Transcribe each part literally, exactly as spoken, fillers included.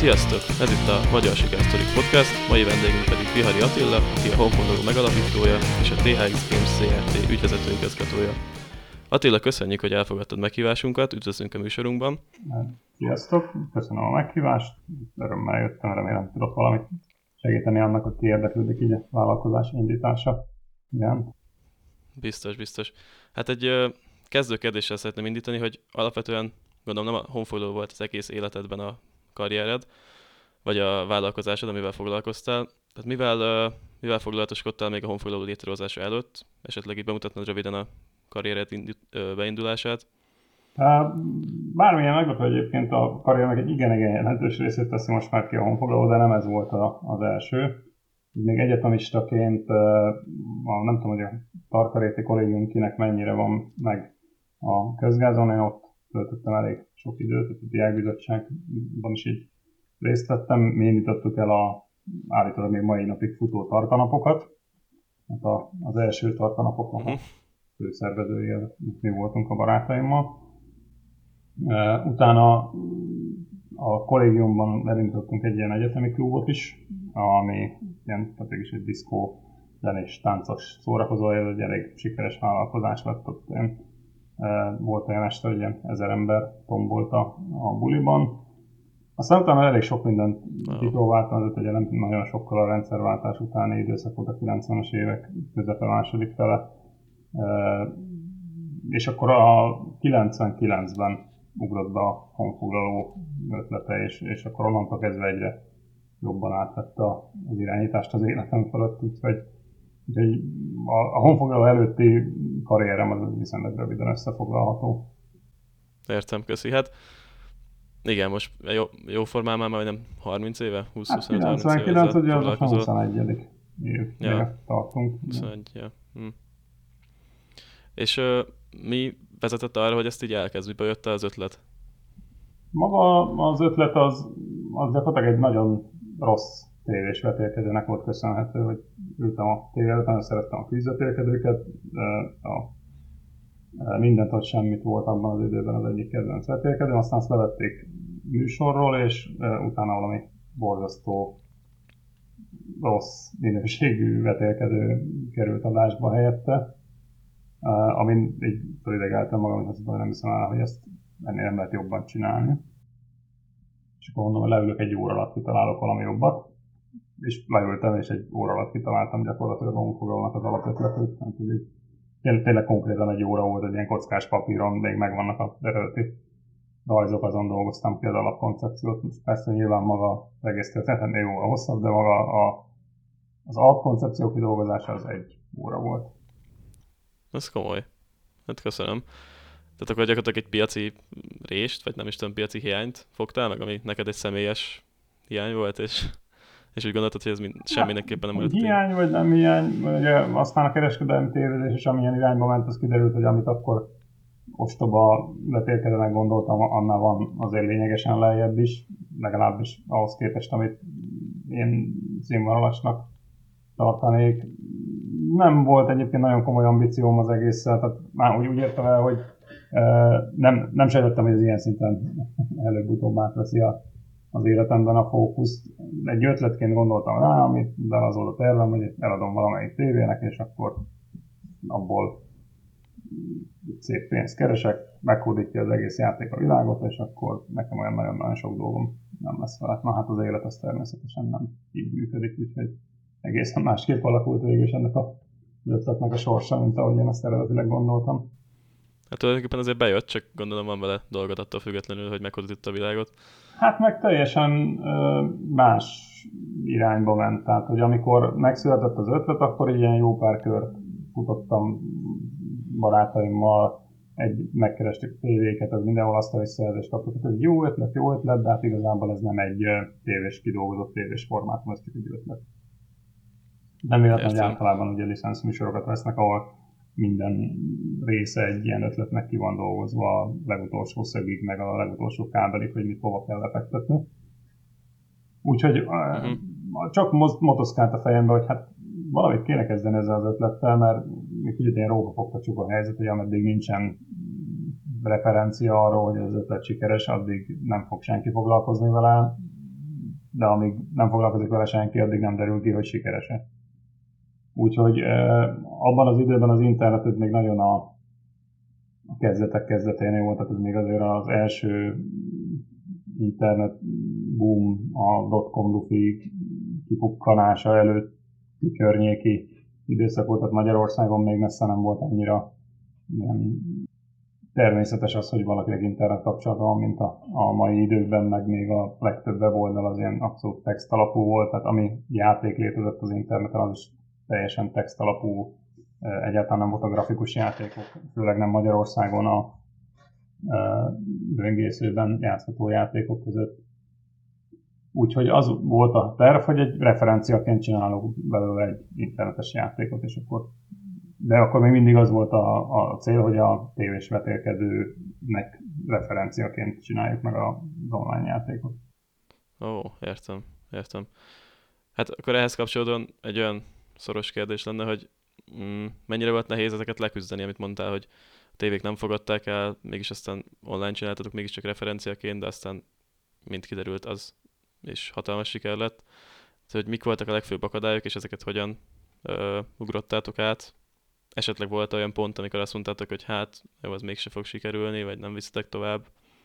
Sziasztok! Ez itt a Magyar Sikersztorik Podcast, mai vendégünk pedig Bihari Attila, aki a Honfoglaló megalapítója és a té há iksz Games zé er té ügyvezető igazgatója. Attila, köszönjük, hogy elfogadtad meghívásunkat, üdvözlünk a műsorunkban. Sziasztok! Köszönöm a meghívást, örömmel jöttem, remélem tudok valamit segíteni annak, hogy ki érdeklődik így a vállalkozás indítása. Igen. Biztos, biztos. Hát egy ö, kezdő kérdéssel szeretném indítani, hogy alapvetően gondolom nem a honfoglaló volt az egész életedben a karriered, vagy a vállalkozásod, amivel foglalkoztál. Tehát mivel, ö, mivel foglalatoskodtál még a honfoglaló létrehozása előtt? Esetleg így bemutatnád röviden a karriered indi- ö, beindulását? Bármilyen meglepő egyébként a karriernek egy igen-igen jelentős részét teszi most már ki a honfoglaló, de nem ez volt a, az első. Még egyetemistaként, nem tudom, hogy a Tarkaréti Kollégium kinek mennyire van meg a közgázon, én ott töltöttem elég sok időt, a diákbizottságban is így részt vettem. Mi indítottuk el a állítólag még mai napig futó tartanapokat. Hát a, az első tartanapoknak uh-huh. a főszervezője, mi voltunk a barátaimmal. Utána a kollégiumban elindítottunk egy ilyen egyetemi klubot is, ami ilyen, tehát is egy diszkó, zenés, táncos szórakozó, ez egy elég sikeres vállalkozás lett ott. Én, e, volt olyan este, hogy ilyen ezer ember tombolt a, a buliban. Aztán utána elég sok mindent kipróbáltam, azért ugye nem nagyon sokkal a rendszerváltás utáni időszak volt a kilencvenes évek közepe második fele. E, és akkor a kilencvenkilencben ugrott be a honfoglaló ötlete, és, és akkor onnantól kezdve egyre jobban átvette az irányítást az életem fölött, úgyhogy, úgyhogy a, a honfoglaló előtti karrierem az viszonylag röviden összefoglalható. Értem, köszi. Hát igen, most jó, jó formán már majdnem harminc éve, húsz-huszonöt harminc éve kilencvenkilenc, ugye az a huszonegyedik év, ja. tartunk. huszonegy, ja. Hm. És uh, mi vezetett arra, hogy ezt így elkezd, miből jött az ötlet? Maga az ötlet az, az gyakorlatilag egy nagyon rossz tévés vetélkedőnek volt köszönhető, hogy ültem a tévé előtt, nagyon szerettem a kvízvetélkedőket, a, mindent vagy semmit volt abban az időben az egyik kedvenc vetélkedő, aztán azt levették műsorról, és utána valami borzasztó rossz minőségű vetélkedő került adásba helyette, amin így felidegeltem magam, hogy nem hiszem el, hogy ezt ennél nem lehet jobban csinálni. És akkor mondom, hogy leülök egy óra alatt, kitalálok valami jobbat, és leültem, és egy óra alatt kitaláltam gyakorlatilag a honfoglalónak az alapötletét. Tényleg, tényleg konkrétan egy óra volt, egy ilyen kockás papíron, még megvannak az eredeti rajzok, azon dolgoztam ki az alapkoncepciót. Most persze nyilván maga az egész történet egy óra hosszabb, de maga a, az alapkoncepció kidolgozása az egy óra volt. Ez komoly. Hát köszönöm. Tehát akkor gyakorlatilag egy piaci rést, vagy nem is tudom, piaci hiányt fogtál meg, ami neked egy személyes hiány volt, és, és úgy gondoltad, hogy ez mind, semmiképpen nem volt. Hiány vagy nem hiány, ugye aztán a kereskedelmi tévedés is, amilyen irányba ment, az kiderült, hogy amit akkor ostoba vetélkedőnek gondoltam, annál van azért lényegesen lejjebb is, legalábbis ahhoz képest, amit én színvonalasnak tartanék. Nem volt egyébként nagyon komoly ambícióm az egésszel, tehát már úgy, úgy értem el, hogy nem, nem sejtettem, hogy ez ilyen szinten előbb-utóbb átveszi a, az életemben a fókuszt. Egy ötletként gondoltam rá, amit de az volt a tervem, hogy eladom valamelyik tévének, és akkor abból szép pénzt keresek, meghódítja az egész játék a világot, és akkor nekem olyan nagyon-nagyon sok dolgom nem lesz vele. Na hát az élet az természetesen nem így működik, úgyhogy egészen másképp alakult végül is ennek a ötletnek a sorsa, mint ahogy én ezt eredetileg gondoltam. Hát tulajdonképpen azért bejött, csak gondolom van vele dolgot attól függetlenül, hogy meghódította a világot. Hát meg teljesen ö, más irányba ment. Tehát, hogy amikor megszületett az ötlet, akkor ilyen jó pár kört futottam barátaimmal, egy megkerestük tévéket, ez mindenhol azt a visszajelzést kaptuk, hogy jó ötlet, jó ötlet, de hát igazából ez nem egy tévés kidolgozott tévés formátum, ez csak egy ötlet. Nem véletlen, hogy általában ugye licensz műsorokat vesznek, ahol minden része egy ilyen ötletnek ki van dolgozva, a legutolsó szögig, meg a legutolsó kábelig, hogy mit hova kell lefektetni. Úgyhogy uh-huh. csak motoszkált a fejembe, hogy hát valamit kéne kezdeni ezzel az ötlettel, mert még kicsit ilyen rókafogtatsuk a helyzet, hogy ameddig nincsen referencia arról, hogy az ötlet sikeres, addig nem fog senki foglalkozni vele. de amíg nem foglalkozik vele senki, addig nem derül ki, hogy sikeres-e. Úgyhogy abban az időben az internet még nagyon a, a kezdetek kezdeténél volt, tehát ez még azért az első internet boom, a dotcom lufi kipukkanása előtti környéki időszak volt, tehát Magyarországon még messze nem volt annyira ilyen természetes az, hogy valakinek internet kapcsolata van, mint a, a mai időkben, meg még a legtöbb weboldal az ilyen abszolút text alapú volt, tehát ami játék létezett az interneten, az is teljesen text alapú, egyáltalán nem volt a grafikus játékok, főleg nem Magyarországon a böngészőben játszható játékok között. Úgyhogy az volt a terv, hogy egy referenciaként csinálok belőle egy internetes játékot, és akkor de akkor még mindig az volt a, a cél, hogy a tévés vetélkedőnek referenciaként csináljuk meg az online játékot. Ó, értem, értem. Hát akkor ehhez kapcsolódóan egy olyan szoros kérdés lenne, hogy mm, mennyire volt nehéz ezeket leküzdeni, amit mondtál, hogy a tévék nem fogadták el, mégis aztán online csináltatok, mégiscsak referenciaként, de aztán mint kiderült, az és hatalmas siker lett. Tehát, hogy mik voltak a legfőbb akadályok, és ezeket hogyan ö, ugrottátok át? Esetleg volt olyan pont, amikor azt mondtátok, hogy hát, jó, az mégse fog sikerülni, vagy nem viszitek tovább?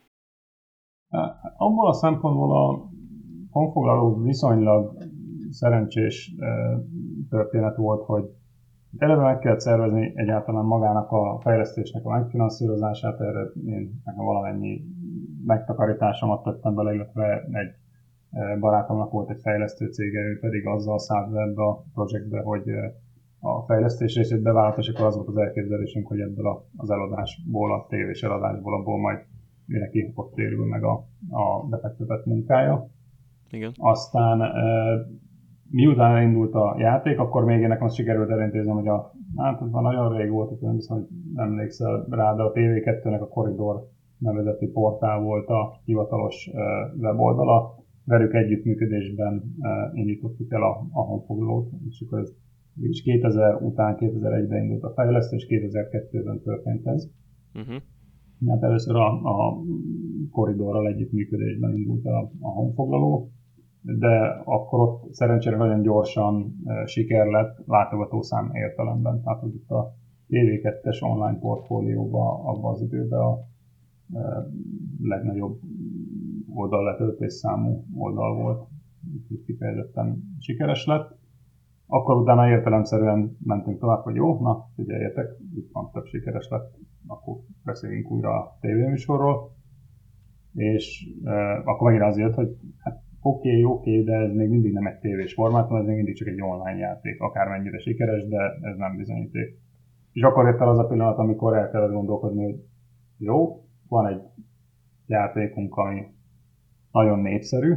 Abból a szempontból a honfoglaló viszonylag szerencsés történet volt, hogy eleve meg kellett szervezni egyáltalán magának a fejlesztésnek a megfinanszírozását, erre én nekem valamennyi megtakarításomat tettem bele, illetve egy barátomnak volt egy fejlesztő cége, ő pedig azzal szállt ebbe a projektbe, hogy a fejlesztés részét bevállalt, és akkor az volt az elképzelésünk, hogy ebből az eladásból, a tévés eladásból, abból majd mindenki ott térül meg a, a befektetett munkája. Igen. Aztán e, miután elindult a játék, akkor még én nekem azt sikerült elintéznem, hogy a, hát ez már nagyon rég volt, hogy nem hiszem, hogy nem emlékszel rá, de a té vé kettőnek a Corridor nevezetű portál volt a hivatalos e, weboldala. Velük együttműködésben e, indítottuk el a, a honfoglalót, és akkor ez és kétezer után, kétezer-egyben indult a fejlesztés, kétezer-kettőben történt ez. Uh-huh. Hát először a, a Corridorral együttműködésben indult a, a honfoglaló, de akkor ott szerencsére nagyon gyorsan e, siker lett látogatószám értelemben. Tehát, hogy itt a té vé kettes online portfólióban abban az időben a e, legnagyobb oldalletöltés számú oldal volt, úgyhogy kifejezetten sikeres lett. Akkor utána értelemszerűen mentünk tovább, hogy jó, na, figyeljetek, itt van, több sikeres lett, akkor beszéljünk újra a tévéműsorról. És e, akkor megint az jött, hogy hát oké, okay, oké, okay, de ez még mindig nem egy tévés formátum, ez még mindig csak egy online játék, akármennyire sikeres, de ez nem bizonyíték. És akkor jött el az a pillanat, amikor el kellett gondolkodni, hogy jó, van egy játékunk, ami nagyon népszerű,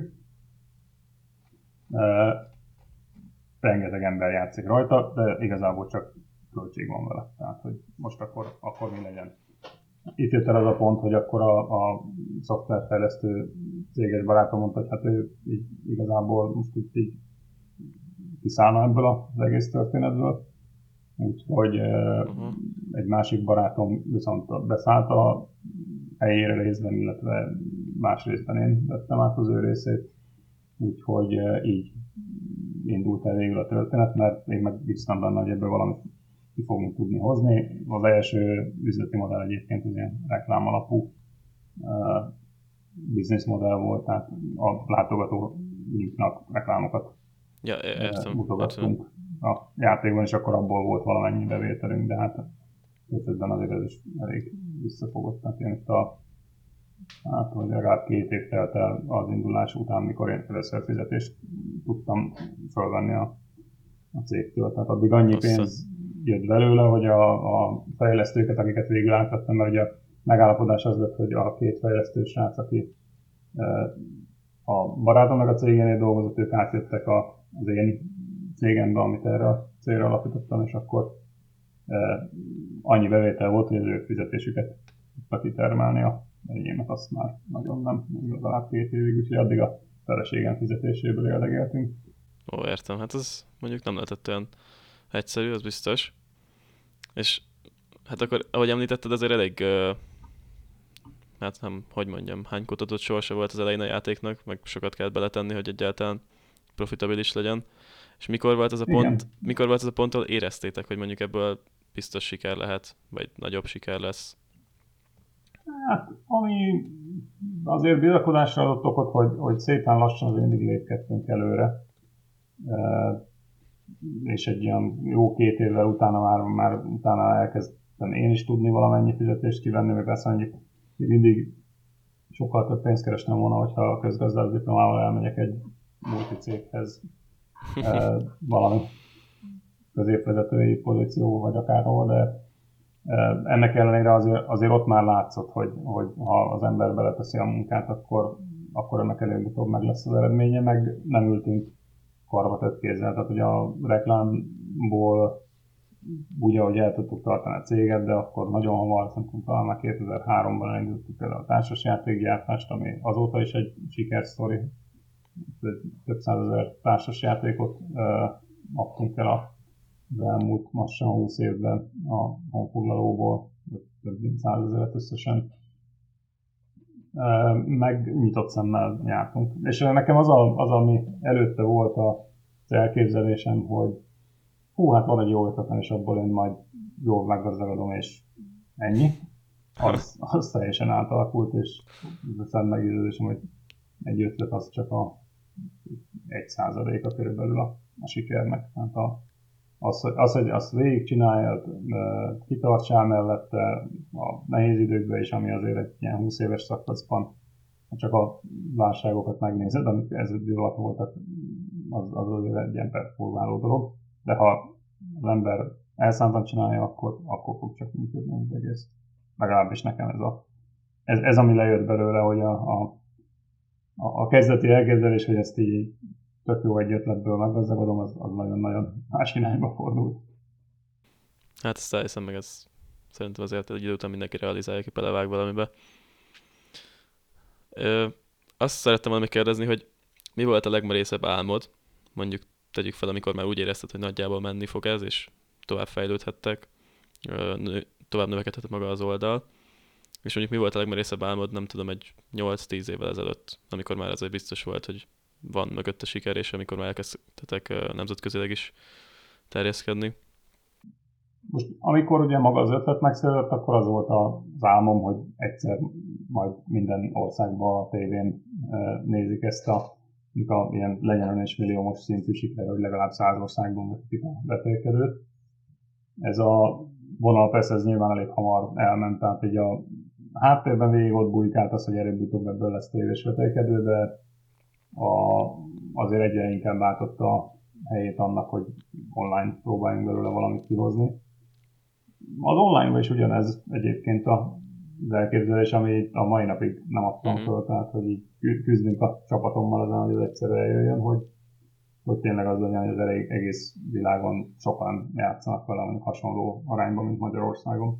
e, rengeteg ember játszik rajta, de igazából csak költség van vele. Tehát, hogy most akkor, akkor mi legyen. Itt jött el az a pont, hogy akkor a, a szoftverfejlesztő céges barátom mondta, hogy hát ő így, igazából most itt így kiszállna ebből az egész történetből. Úgyhogy uh-huh. egy másik barátom viszont beszállt a helyére részben, illetve más részben én vettem át az ő részét. Úgyhogy így indult el végül a történet, mert én meg biztos benne, hogy ebből valamit ki fogunk tudni hozni. Az első üzleti modell egyébként az ilyen reklám alapú uh, business modell volt, tehát a látogatóinknak reklámokat ja, értem, mutogattunk értem. A játékban, és akkor abból volt valamennyi bevételünk, de hát ötletben azért ez is elég visszafogott. Tehát én itt a hát, hogy legalább két év telt el az indulás után, mikor én először fizetést tudtam fölvenni a, a cégtől. Tehát addig annyi Össze. pénz jött belőle, hogy a, a fejlesztőket, akiket végül átvettem, mert ugye a megállapodás az lett, hogy a két fejlesztő srác, aki a barátomnak a cégénél dolgozott, ők átjöttek a, az én cégembe, amit erre a célra alapítottam, és akkor annyi bevétel volt, hogy az ő fizetésüket tudtak kitermelni a enyémet, azt már nagyon nem, legalább két évig, úgyhogy addig a feleségem fizetéséből érdegéltünk. Ó, értem, hát ez mondjuk nem lehetett olyan egyszerű, az biztos. És hát akkor, ahogy említetted, azért elég uh, hát nem, hogy mondjam, hány kutatott sorsa volt az elején a játéknak, meg sokat kellett beletenni, hogy egyáltalán profitabilis legyen. És mikor volt az a pont, Igen. mikor volt az a pont, ahol éreztétek, hogy mondjuk ebből biztos siker lehet, vagy nagyobb siker lesz? Hát, ami azért bizakodásra adott okot, hogy, hogy szépen lassan azért mindig lépkedtünk előre. E, és egy ilyen jó két évvel utána már, már utána elkezdtem én is tudni valamennyi fizetést kivenni, meg persze mondjuk mindig sokkal több pénzt kerestem volna, hogyha a közgazdász diplomával elmegyek egy multicéghez e, valami középvezetői pozíció, vagy akárhol, de ennek ellenére azért, azért ott már látszott, hogy, hogy ha az ember beleteszi a munkát, akkor, akkor ennek előbb-utóbb meg lesz az eredménye, meg nem ültünk karba tett kézzel. Tehát ugye a reklámból úgy, ahogy el tudtuk tartani a céget, de akkor nagyon hamar, szerintem talán már kétezer-háromban elindítottuk el a társasjátékgyártást, ami azóta is egy sikersztori. Több százezer társasjátékot uh, adtunk el a az elmúlt lassan húsz évben a honfoglalóból, több mint százezeret összesen, meg nyitott szemmel jártunk. És nekem az, a, az, ami előtte volt az elképzelésem, hogy hú, hát van egy jó ötletem, és abból én majd jól meggazdagodom, és ennyi. Az, az teljesen átalakult, és az a meggyőződésem, hogy egy ötlet az csak a egy százaléka körülbelül a, a sikernek. Tehát a Az, hogy, az, hogy azt végigcsináljad, kitartsál mellette a nehéz időkben is, ami azért egy ilyen húsz éves szakaszban, csak a válságokat megnézed, amik ez alatt voltak, az, az azért egy ilyen performáló dolog. De ha az ember elszántan csinálja, akkor, akkor fog csak működni az egész. Legalábbis nekem ez, a, ez, ez ami lejött belőle, hogy a, a, a kezdeti elképzelés, hogy ezt így tök jó egy ötletből meggazdagodom, az, az nagyon-nagyon más irányba fordult. Hát ezt elhiszem meg, ez szerintem azért egy idő után mindenki realizálja, ki belevág valamibe. Ö, azt szerettem volna még kérdezni, hogy mi volt a legmerészebb álmod, mondjuk tegyük fel, amikor már úgy érezted, hogy nagyjából menni fog ez, és tovább fejlődhettek, ö, nő, tovább növekedhetett maga az oldal, és mondjuk mi volt a legmerészebb álmod, nem tudom, egy nyolc-tíz évvel ezelőtt, amikor már azért biztos volt, hogy van mögött a siker, és amikor már elkezdtetek nemzetközileg is terjeszkedni. Most amikor ugye maga az ötlet megszületett, akkor az volt az álmom, hogy egyszer majd minden országban a tévén nézik ezt a, a ilyen legyen is milliómos szintű siker, hogy legalább száz országban vetítik a vetélkedőt. Ez a vonal persze ez nyilván elég hamar elment, tehát így a háttérben végig ott bujkált az, hogy előbb-utóbb ebből lesz tévés vetélkedő, de a, azért egyre inkább váltotta a helyét annak, hogy online próbáljunk belőle valamit kihozni. Az online-ban is ugyanez egyébként az elképzelés, ami a mai napig nem adtam Mm-hmm. föl, tehát hogy így küzdünk a csapatommal azon, hogy ez egyszerűen eljöjjön, hogy, hogy tényleg az legyen, hogy az egész világon sokan játszanak vele, mondjuk hasonló arányban, mint Magyarországon.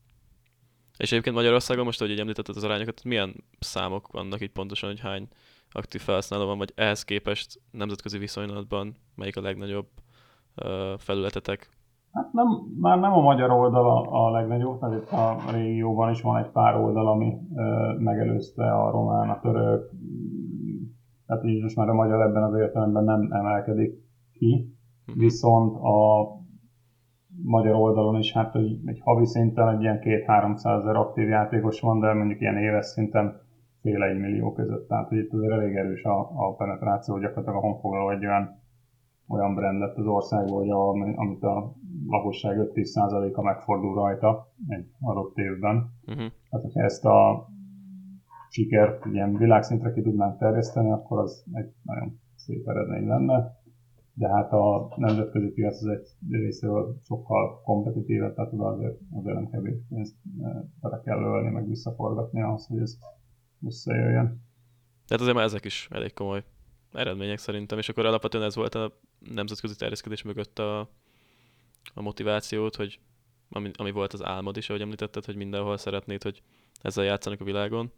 És egyébként Magyarországon most, ahogy így említetted az arányokat, milyen számok vannak itt pontosan, hogy hány aktív felhasználó van, vagy ehhez képest nemzetközi viszonylatban melyik a legnagyobb uh, felületetek? Hát nem, már nem a magyar oldal a, a legnagyobb, mert itt a régióban is van egy pár oldal, ami ö, megelőzte a román, a török, tehát így most már a magyar ebben az értelemben nem emelkedik ki, uh-huh. Viszont a magyar oldalon is hát egy, egy havi szinten egy ilyen két-háromszázezer aktív játékos van, de mondjuk ilyen éves szinten fél egy millió között, tehát hogy itt azért elég erős a, a penetráció, gyakorlatilag a honfoglaló egy olyan olyan brand lett az országban, hogy a, amit a lakosság öt-tíz százaléka megfordul rajta egy adott évben. Uh-huh. Tehát, hogyha ezt a sikert ilyen világszintre ki tudnánk terjeszteni, akkor az egy nagyon szép eredmény lenne. De hát a nemzetközi piac az egy részéről sokkal kompetitívebb, tehát azért, azért nem kevés pénzt bele kell ölni, meg visszaforgatni ahhoz, hogy ez összejöjjön. Tehát azért már ezek is elég komoly eredmények szerintem, és akkor alapvetően ez volt a nemzetközi terjeszkedés mögött a, a motivációt, hogy ami, ami volt az álmod is, ahogy említetted, hogy mindenhol szeretnéd, hogy ezzel játszanak a világon.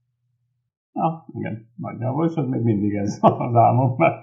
Ja, igen, nagyjából, és az még mindig ez az álmom, mert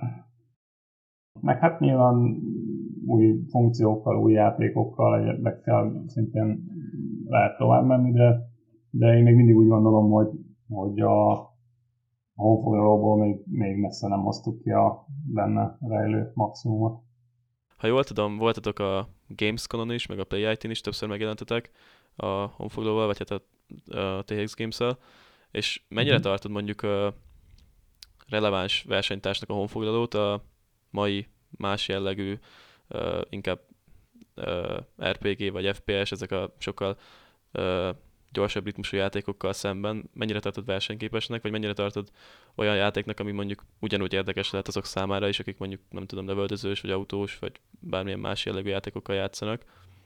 meg hát nyilván új funkciókkal, új játékokkal, egyebekkel szintén lehet tovább menni, de de én még mindig úgy gondolom, hogy, hogy a, a honfoglalóból még, még messze nem hoztuk ki a benne rejlő maximumot. Ha jól tudom, voltatok a Gamescom-on is, meg a Play i té-n is, többször megjelentetek a honfoglalóval, vagy hát a, a té iksz Games-el, és mennyire Uh-huh. tartod mondjuk a releváns versenytársnak a honfoglalót a mai más jellegű, uh, inkább uh, er pé gé vagy ef pé es, ezek a sokkal uh, gyorsabb ritmusú játékokkal szemben, mennyire tartod versenyképesnek, vagy mennyire tartod olyan játéknak, ami mondjuk ugyanúgy érdekes lehet azok számára is, akik mondjuk nem tudom, lövöldözős, vagy autós, vagy bármilyen más jellegű játékokkal játszanak?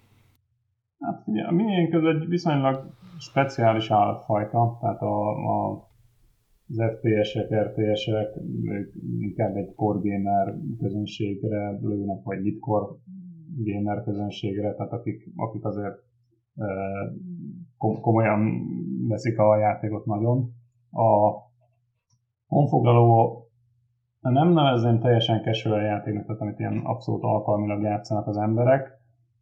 Hát ugye, a miénk ez egy viszonylag speciális állatfajta, tehát a, a, az ef pé esek, er té esek ők inkább egy core gamer közönségre lőnek, vagy mid-core gamer közönségre, tehát akik, akik azért e, komolyan veszik a játékot nagyon. A honfoglaló nem nevezném teljesen casual játéknak, tehát amit ilyen abszolút alkalmilag játszanak az emberek.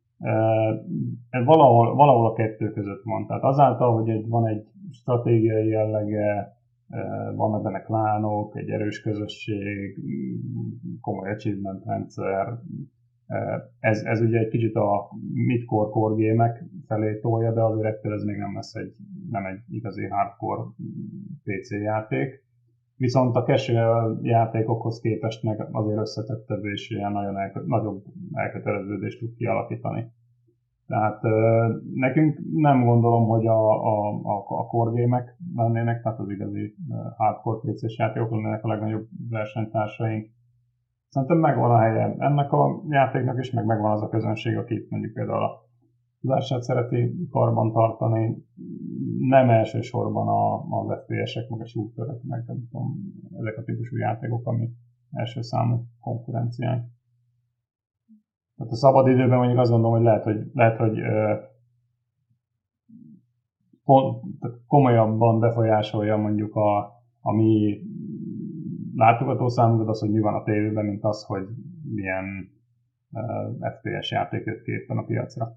E, valahol, valahol a kettő között van. Tehát azáltal, hogy egy, van egy stratégiai jellege, e, vannak benne klánok, egy erős közösség, komoly achievement rendszer, e, ez, ez ugye egy kicsit a mid-core core gémek felé tolja, de azért ettől ez még nem lesz egy, nem egy igazi hardcore pé cé játék. Viszont a casual játékokhoz képest meg azért összetettebb és ilyen nagyon elkö- nagyobb elköteleződést tud kialakítani. Tehát nekünk nem gondolom, hogy a, a, a, a core game-ek lennének, tehát az igazi hardcore pé cés játékok lennének a legnagyobb versenytársaink. Szerintem megvan a helye ennek a játéknak is, meg megvan az a közönség, aki mondjuk például a tudását szereti karban tartani, nem elsősorban a, az ef pé esek, meg a shooterek, meg nem tudom, ezek a típusú játékok, ami első számú konkurenciánk. Tehát a szabad időben mondjuk azt gondolom, hogy lehet, hogy, lehet, hogy ö, pont, komolyabban befolyásolja mondjuk a, a mi látogatószámunkat az, hogy mi van a tévében, mint az, hogy milyen ö, ef pé es játék jött ki éppen a piacra.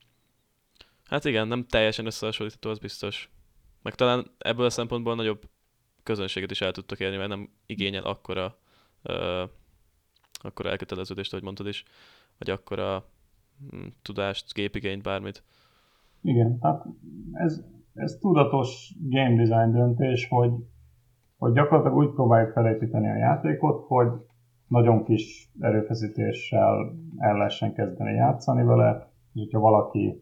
Hát igen, nem teljesen összehasonlítható, az biztos. Meg talán ebből a szempontból nagyobb közönséget is el tudtok érni, mert nem igényel akkora, uh, akkora elköteleződést, ahogy mondtad is, vagy akkora hm, tudást, gépigényt, bármit. Igen, tehát ez, ez tudatos game design döntés, hogy, hogy gyakorlatilag úgy próbáljuk felépíteni a játékot, hogy nagyon kis erőfeszítéssel el lehessen kezdeni játszani vele, és hogyha valaki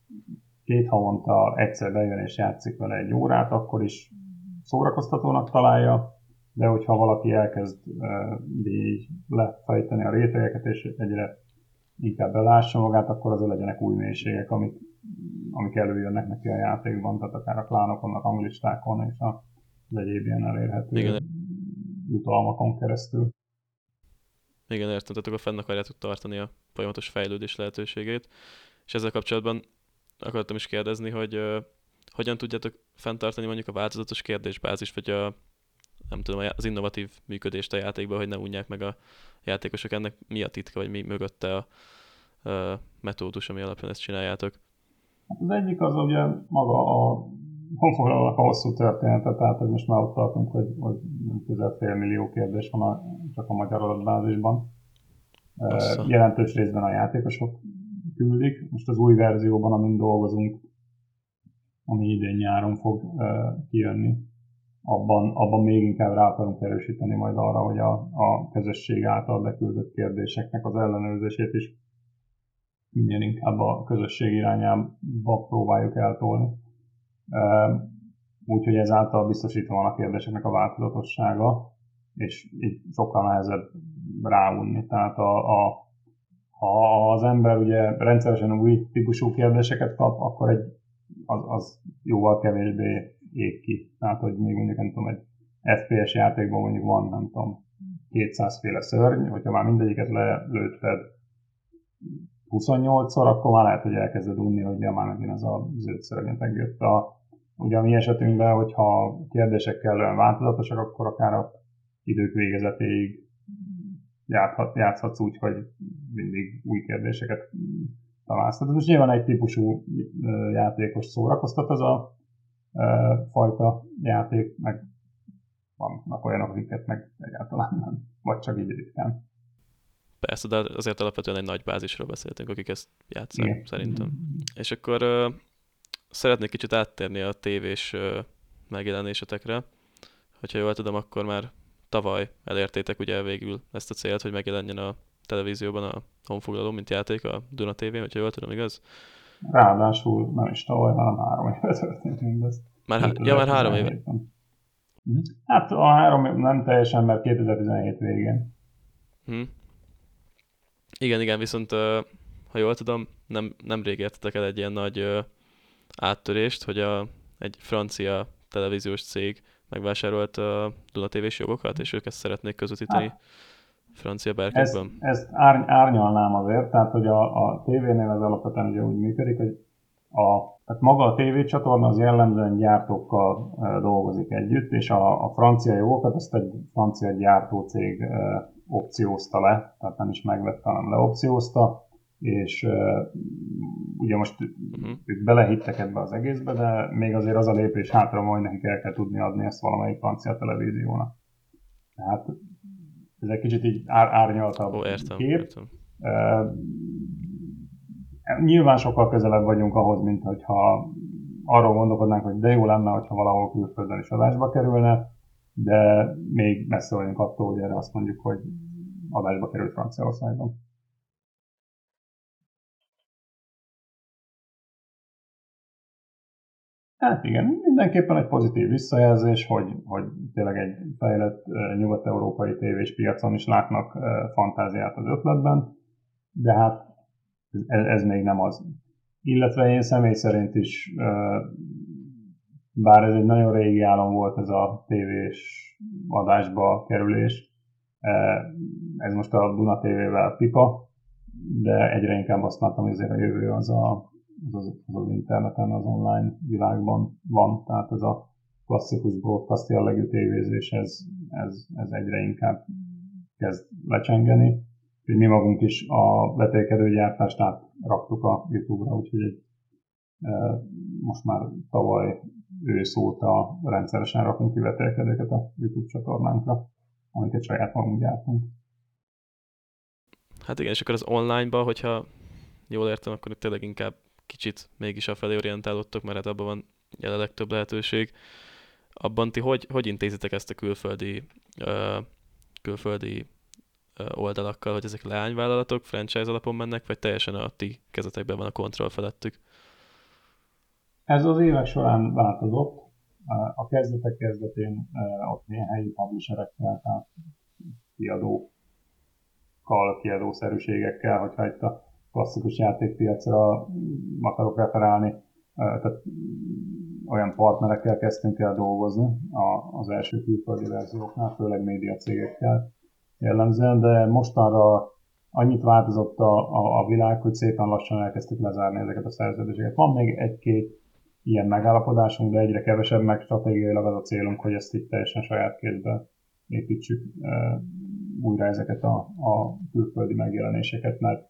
két havonta egyszer bejön és játszik vele egy órát, akkor is szórakoztatónak találja, de hogyha valaki elkezd uh, így lefejteni a rétegeket, és egyre inkább belássa magát, akkor azért legyenek új mélységek, amik, amik előjönnek neki a játékban, tehát akár a klánokon, a ranglistákon és az egyéb ilyen elérhető Igen. jutalmakon keresztül. Igen, értem, tehát akkor fenn akarjátok tartani a folyamatos fejlődés lehetőségét, és ezzel kapcsolatban akartam is kérdezni, hogy uh, hogyan tudjátok fenntartani mondjuk a változatos kérdésbázist, vagy a, nem tudom, az innovatív működést a játékban, hogy ne unják meg a játékosok. Ennek mi a titka, vagy mi mögötte a uh, metódus, ami alapján ezt csináljátok? Az egyik az ugye maga a honfoglalónak a hosszú története, tehát hogy most már ott tartunk, hogy, hogy közel fél millió kérdés van a, csak a magyar adatbázisban. Bassza. Jelentős részben a játékosok küldik. Most az új verzióban, amin dolgozunk, ami idén nyáron fog uh, kijönni, abban, abban még inkább rá akarunk erősíteni majd arra, hogy a, a közösség által beküldött kérdéseknek az ellenőrzését is minél inkább a közösség irányába próbáljuk eltolni. Uh, úgyhogy ezáltal biztosítva van a kérdéseknek a változatossága, és így sokkal nehezebb ráunni. Tehát a, a, ha az ember ugye rendszeresen új típusú kérdéseket kap, akkor egy, az, az jóval kevésbé ég ki. Tehát, hogy még mondjuk nem tudom, egy ef pé es játékban mondjuk van, nem tudom, kétszáz féle szörny, hogyha már mindegyiket lelőtted huszonnyolcszor, akkor már lehet, hogy elkezded unni, hogy ja, már megint az a zöld szörnyeteg jött. A, ugye a mi esetünkben, hogyha kérdések kellően változatosak, akkor akár a idők végezetéig játhat, játszhatsz úgy, hogy mindig új kérdéseket találsz. Tehát most nyilván egy típusú játékos szórakoztat ez a fajta játék, meg vannak olyanok, akiket meg egyáltalán nem, vagy csak így ritkán. Persze, de azért alapvetően egy nagy bázisról beszéltünk, akik ezt játszák, Igen. szerintem. És akkor uh, szeretnék kicsit áttérni a tévés uh, megjelenésetekre. Hogyha jól tudom, akkor már tavaly elértétek ugye végül ezt a célt, hogy megjelenjen a televízióban a honfoglaló, mint játék a Duna té vén, hogyha jól tudom, igaz? Ráadásul nem is tavaly, hanem három éve történt mindez. Már há- ja, már három éve. Hát a három nem teljesen, mert kétezer-tizenhét végén. Hm. Igen, igen, viszont uh, ha jól tudom, nem, nem rég értetek el egy ilyen nagy uh, áttörést, hogy a, egy francia televíziós cég megvásárolt a Duna té vés jogokat, és ők ezt szeretnék közvetíteni hát, francia berkekben. Ezt, ezt árny, árnyalnám azért, tehát hogy a, a tévénél az alapvetően ugye úgy működik, hogy a, tehát maga a tévécsatorna az jellemzően gyártókkal e, dolgozik együtt, és a, a francia jogokat ezt egy francia gyártócég e, opciózta le, tehát nem is megvette, hanem leopciózta, és e, ugye most uh-huh. ők belehittek ebbe az egészbe, de még azért az a lépés hátra, hogy nekik el kell tudni adni ezt valamelyik francia televíziónak. Tehát ez egy kicsit így ár, árnyaltabb Ó, értem, kép. Értem. Uh, nyilván sokkal közelebb vagyunk ahhoz, mint hogyha arról gondolkodnánk, hogy de jó lenne, hogyha valahol külföldön is adásba kerülne, de még messze vagyunk attól, hogy erre azt mondjuk, hogy adásba került Franciaországban. Hát igen, mindenképpen egy pozitív visszajelzés, hogy, hogy tényleg egy fejlett nyugat-európai tévés piacon is látnak fantáziát az ötletben, de hát ez, ez még nem az. Illetve én személy szerint is, bár ez egy nagyon régi álom volt ez a tévés adásba kerülés, ez most a Duna té vével pipa, de egyre inkább azt látom, hogy azért a jövő az a Az, az az interneten, az online világban van, tehát ez a klasszikus broadcast jellegű tévézés, ez, ez, ez egyre inkább kezd lecsengeni. Úgyhogy mi magunk is a vetélkedő gyártást átraktuk a YouTube-ra, úgyhogy egy, e, most már tavaly ősz óta rendszeresen rakunk ki vetélkedőket a YouTube csatornánkra, amiket saját magunk gyártunk. Hát igen, és akkor az online-ba, hogyha jól értem, akkor tényleg inkább kicsit mégis afelé orientálódtok, mert hát abban van jelenleg több lehetőség. Abban ti hogy, hogy intézitek ezt a külföldi, uh, külföldi uh, oldalakkal, hogy ezek leányvállalatok, franchise alapon mennek, vagy teljesen a ti kezetekben van a kontroll felettük? Ez az évek során változott. A kezdetek kezdetén ott ilyen helyi publisherekkel, tehát kiadókkal, kiadószerűségekkel, hogyha itt a klasszikus játékpiacra akarok referálni, tehát olyan partnerekkel kezdtünk el dolgozni az első külföldi verzióknál, főleg médiacégekkel jellemzően, de mostanra annyit változott a, a, a világ, hogy szépen lassan elkezdtük lezárni ezeket a szerződéseket. Van még egy-két ilyen megállapodásunk, de egyre kevesebb, meg stratégiailag az a célunk, hogy ezt itt teljesen saját kézbe építsük e, újra ezeket a, a külföldi megjelenéseket, mert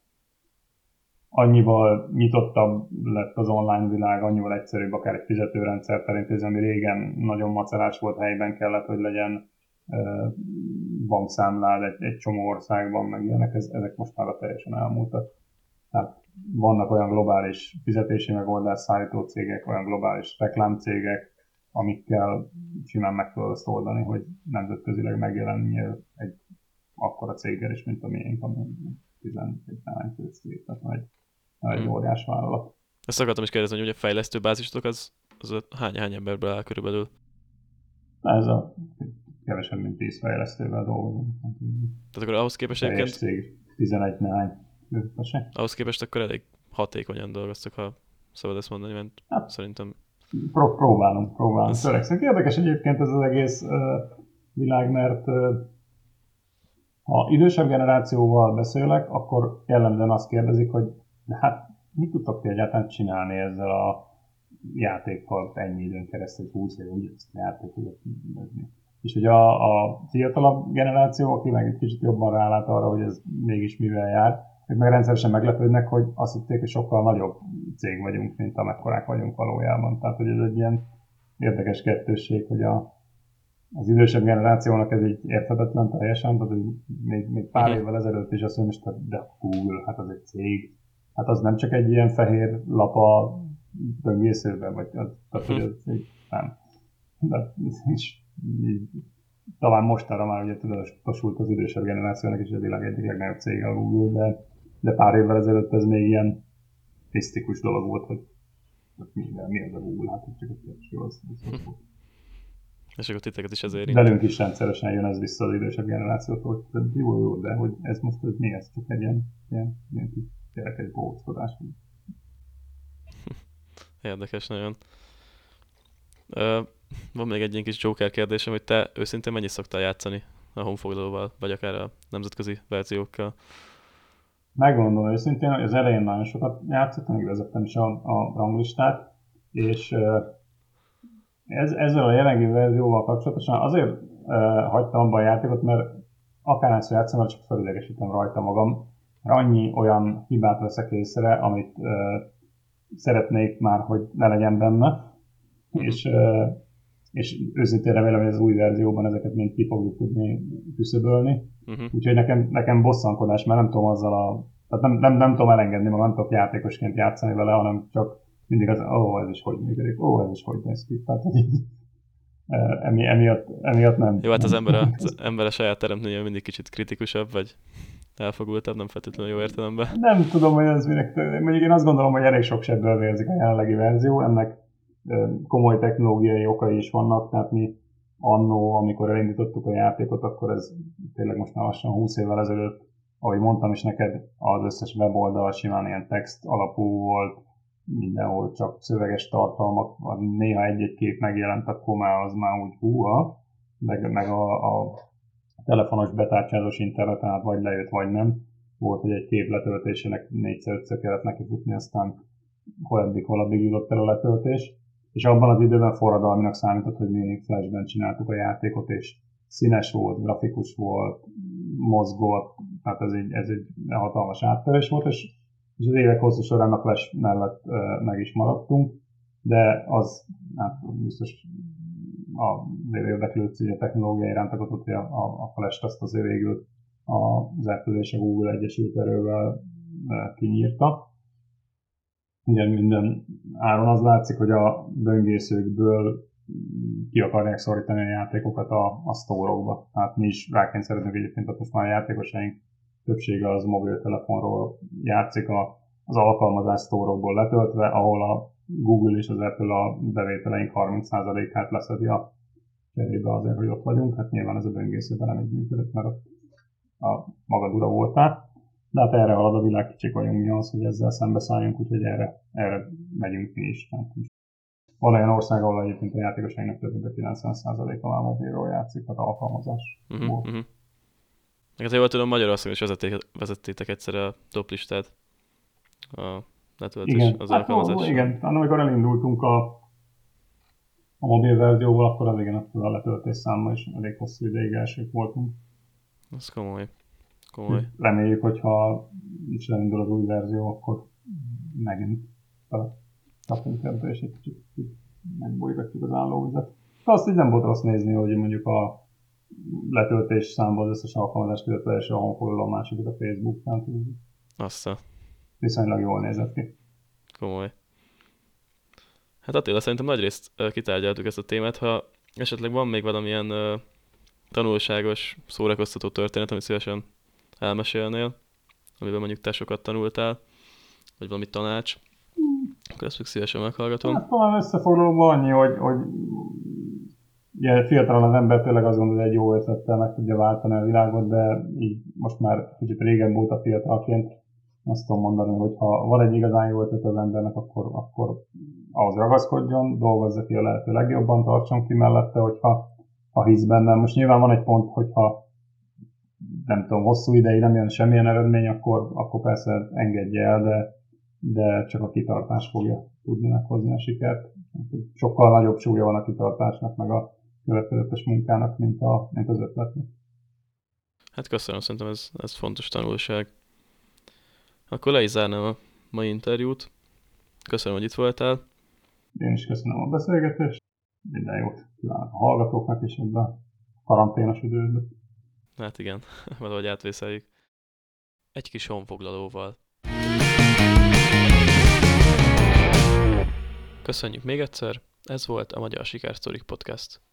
annyival nyitottabb lett az online világ, annyival egyszerűbb akár egy fizetőrendszer elintézni, ami régen nagyon macerás volt, helyben kellett, hogy legyen uh, bankszámlád egy, egy csomó országban, meg ilyenek, ez, ezek most már teljesen elmúltak. Tehát vannak olyan globális fizetési megoldás szállító cégek, olyan globális reklámcégek, amikkel simán meg tudod azt oldani, hogy nemzetközileg megjelenjél egy akkora céggel is, mint a miénk, ami tizenegy tány cég, tehát egy, egy hmm. óriás vállalat. Ezt akartam is kérdezni, hogy ugye a fejlesztő bázisotok az, az hány, hány emberből áll körülbelül? Ez a kevesebb, mint tíz fejlesztővel dolgozunk. Tehát akkor ahhoz képest egyébként... cég, tizenegy néhány. Ahhoz képest akkor elég hatékonyan dolgoztok, ha szabad ezt mondani, mert hát, szerintem... Pró- próbálunk, próbálunk. Ez... Törekszünk. Érdekes egyébként ez az egész uh, világ, mert uh, ha idősebb generációval beszélek, akkor jellemzően azt kérdezik, hogy de hát mit tudtok ti egyáltalán csinálni ezzel a játékkal ennyi időn keresztül, húsz év ugyanezt a játékot mindezni. És hogy a, a fiatalabb generáció, aki meg egy kicsit jobban rálát arra, hogy ez mégis mivel jár, ők meg rendszeresen meglepődnek, hogy azt hitték, hogy sokkal nagyobb cég vagyunk, mint amekkorák vagyunk valójában. Tehát, hogy ez egy ilyen érdekes kettősség, hogy a, az idősebb generációnak ez így érthetetlen teljesen, tehát hogy még, még pár Uh-huh. évvel ezelőtt is azt mondja, hogy de Google, hát az egy cég, hát az nem csak egy ilyen fehér lap a böngészőben, vagy az, tehát, hogy ez így, nem. De is, így, talán mostanra már ugye tudatosult az idősebb generációnak is a világ egyik legnagyobb cég a Google, de, de pár évvel ezelőtt ez még ilyen misztikus dolog volt, hogy mi, mi az a Google, hát csak a kereső az, az volt. És akkor titeket is ez érint. Velünk is rendszeresen jön ez vissza az idősebb generációtól, hogy jó, jó, de hogy ez most ez mi, ez csak egy ilyen, ilyen, ilyen kis gyerekes bóckodás. Érdekes nagyon. Uh, van még egy ilyen kis Joker kérdésem, hogy te őszintén mennyit szoktál játszani a honfoglalóval, vagy akár a nemzetközi verziókkal? Megmondom őszintén, hogy az elején nagyon sokat játszottam, még vezettem is a, a ranglistát, és ez, ezzel a jelenlegi verzióval kapcsolatosan azért uh, hagytam abba a játékot, mert akárhányszor játszom, csak felidegesítem rajta magam, mert annyi olyan hibát veszek észre, amit uh, szeretnék már, hogy ne legyen benne, mm-hmm. és, uh, és őszintén remélem, hogy az új verzióban ezeket mind ki fogjuk tudni küszöbölni. Mm-hmm. Úgyhogy nekem, nekem bosszankodás, mert nem tudom azzal a... Tehát nem, nem, nem tudom elengedni magam, nem tudok játékosként játszani vele, hanem csak mindig az, ó, oh, ez is hogy működik, ó, oh, ez is hogy néz ki. Tehát így, emi, emiatt, emiatt nem. Jó, hát az ember a, az ember a saját teremtménye mindig kicsit kritikusabb, vagy elfogultabb, nem feltétlenül jó értelemben. Nem tudom, hogy ez minek... Mondjuk én azt gondolom, hogy elég sok sebből vérzik a jelenlegi verzió, ennek komoly technológiai okai is vannak, tehát mi annó, amikor elindítottuk a játékot, akkor ez tényleg most már lassan húsz évvel ezelőtt, ahogy mondtam is neked, az összes weboldal simán ilyen text alapú volt, mindenhol csak szöveges tartalmak, néha egy-egy kép megjelent, akkor már az már úgy húha, meg, meg a, a telefonos betárcsázós internet, tehát vagy lejött, vagy nem. Volt, hogy egy kép letöltésének négyszer-ötször kellett neki futni, aztán hol eddig, hol addig jutott el a letöltés. És abban az időben forradalminak számított, hogy mi Flashben csináltuk a játékot, és színes volt, grafikus volt, mozgott, tehát ez egy, ez egy hatalmas áttörés volt, és, és az évek hosszú során a Flash mellett uh, meg is maradtunk, de az hát biztos a érdeklődsz a technológia iránt, akkor tudja a, a Flash-t azt azért végül az Apple és a Google Egyesült Erővel kinyírta. Ugye minden áron az látszik, hogy a böngészőkből ki akarják szorítani a játékokat a, a sztórokba. Tehát mi is rákényszerítünk egyébként, hogy most már a játékosaink többsége az mobiltelefonról játszik a, az alkalmazás sztórokból letöltve, ahol a Google és az Apple a bevételeink harminc százalékát leszedi a cserébe azért, hogy ott vagyunk. Hát nyilván ez a böngészőben nem így működött, mert a maga dura voltál. De hát erre halad a világ, kicsik vagyunk mi az, hogy ezzel szembeszálljunk, úgyhogy erre, erre megyünk mi is. Van olyan ország, ahol egyébként a játékosainknak több mint a kilencven százaléka már mobilról játszik, tehát alkalmazás. Uh-huh, uh-huh. Hát jól tudom, Magyarországon is vezették, vezettétek egyszer a top listát a letöltés, az hát alkalmazás. Igen, amikor elindultunk a, a mobil verzióval, akkor az igen, akkor a letöltés számmal is elég hosszú ideig elsők voltunk. Ez komoly. komoly. Reméljük, hogyha is elindul az új verzió, akkor megint kapunk ebbe, és egy kicsit megbolygatjuk az állóvizet. Azt így nem volt rossz nézni, hogy mondjuk a letöltés számban az összes alkalmazás között az első a honfoglaló, a második a Facebook. Tehát azt a... viszonylag jól nézett ki. Komoly. Hát Attila, szerintem nagyrészt kitárgyaltuk ezt a témát. Ha esetleg van még valamilyen uh, tanulságos, szórakoztató történet, amit szívesen elmesélnél, amiben mondjuk te sokat tanultál, vagy valami tanács, akkor ezt még szívesen meghallgatom. Hát talán összefoglalóban annyi, hogy, hogy ugye, fiatalon az ember tényleg azt gondolja, hogy egy jó ötlettel meg tudja váltani a világot, de így most már kicsit régen óta fiatalként azt tudom mondani, hogy ha van egy igazán jó ötlet az embernek, akkor, akkor ahhoz ragaszkodjon, dolgozza ki a lehető legjobban, tartson ki mellette, hogyha ha hisz benne. Most nyilván van egy pont, hogyha nem tudom, hosszú ideig nem jön semmilyen eredmény, akkor, akkor persze engedje el, de, de csak a kitartás fogja tudni meghozni a sikert. Sokkal nagyobb súlya van a kitartásnak, meg a következetes munkának, mint, a, mint az ötletnek. Hát köszönöm, szerintem ez, ez fontos tanulság. Akkor le is zárnám a mai interjút. Köszönöm, hogy itt voltál. Én is köszönöm a beszélgetést. minden jót kívánok a hallgatóknak is ebben a karanténos időben. Hát igen, valahogy átvészeljük. Egy kis honfoglalóval. Köszönjük még egyszer, ez volt a Magyar Sikersztorik Podcast.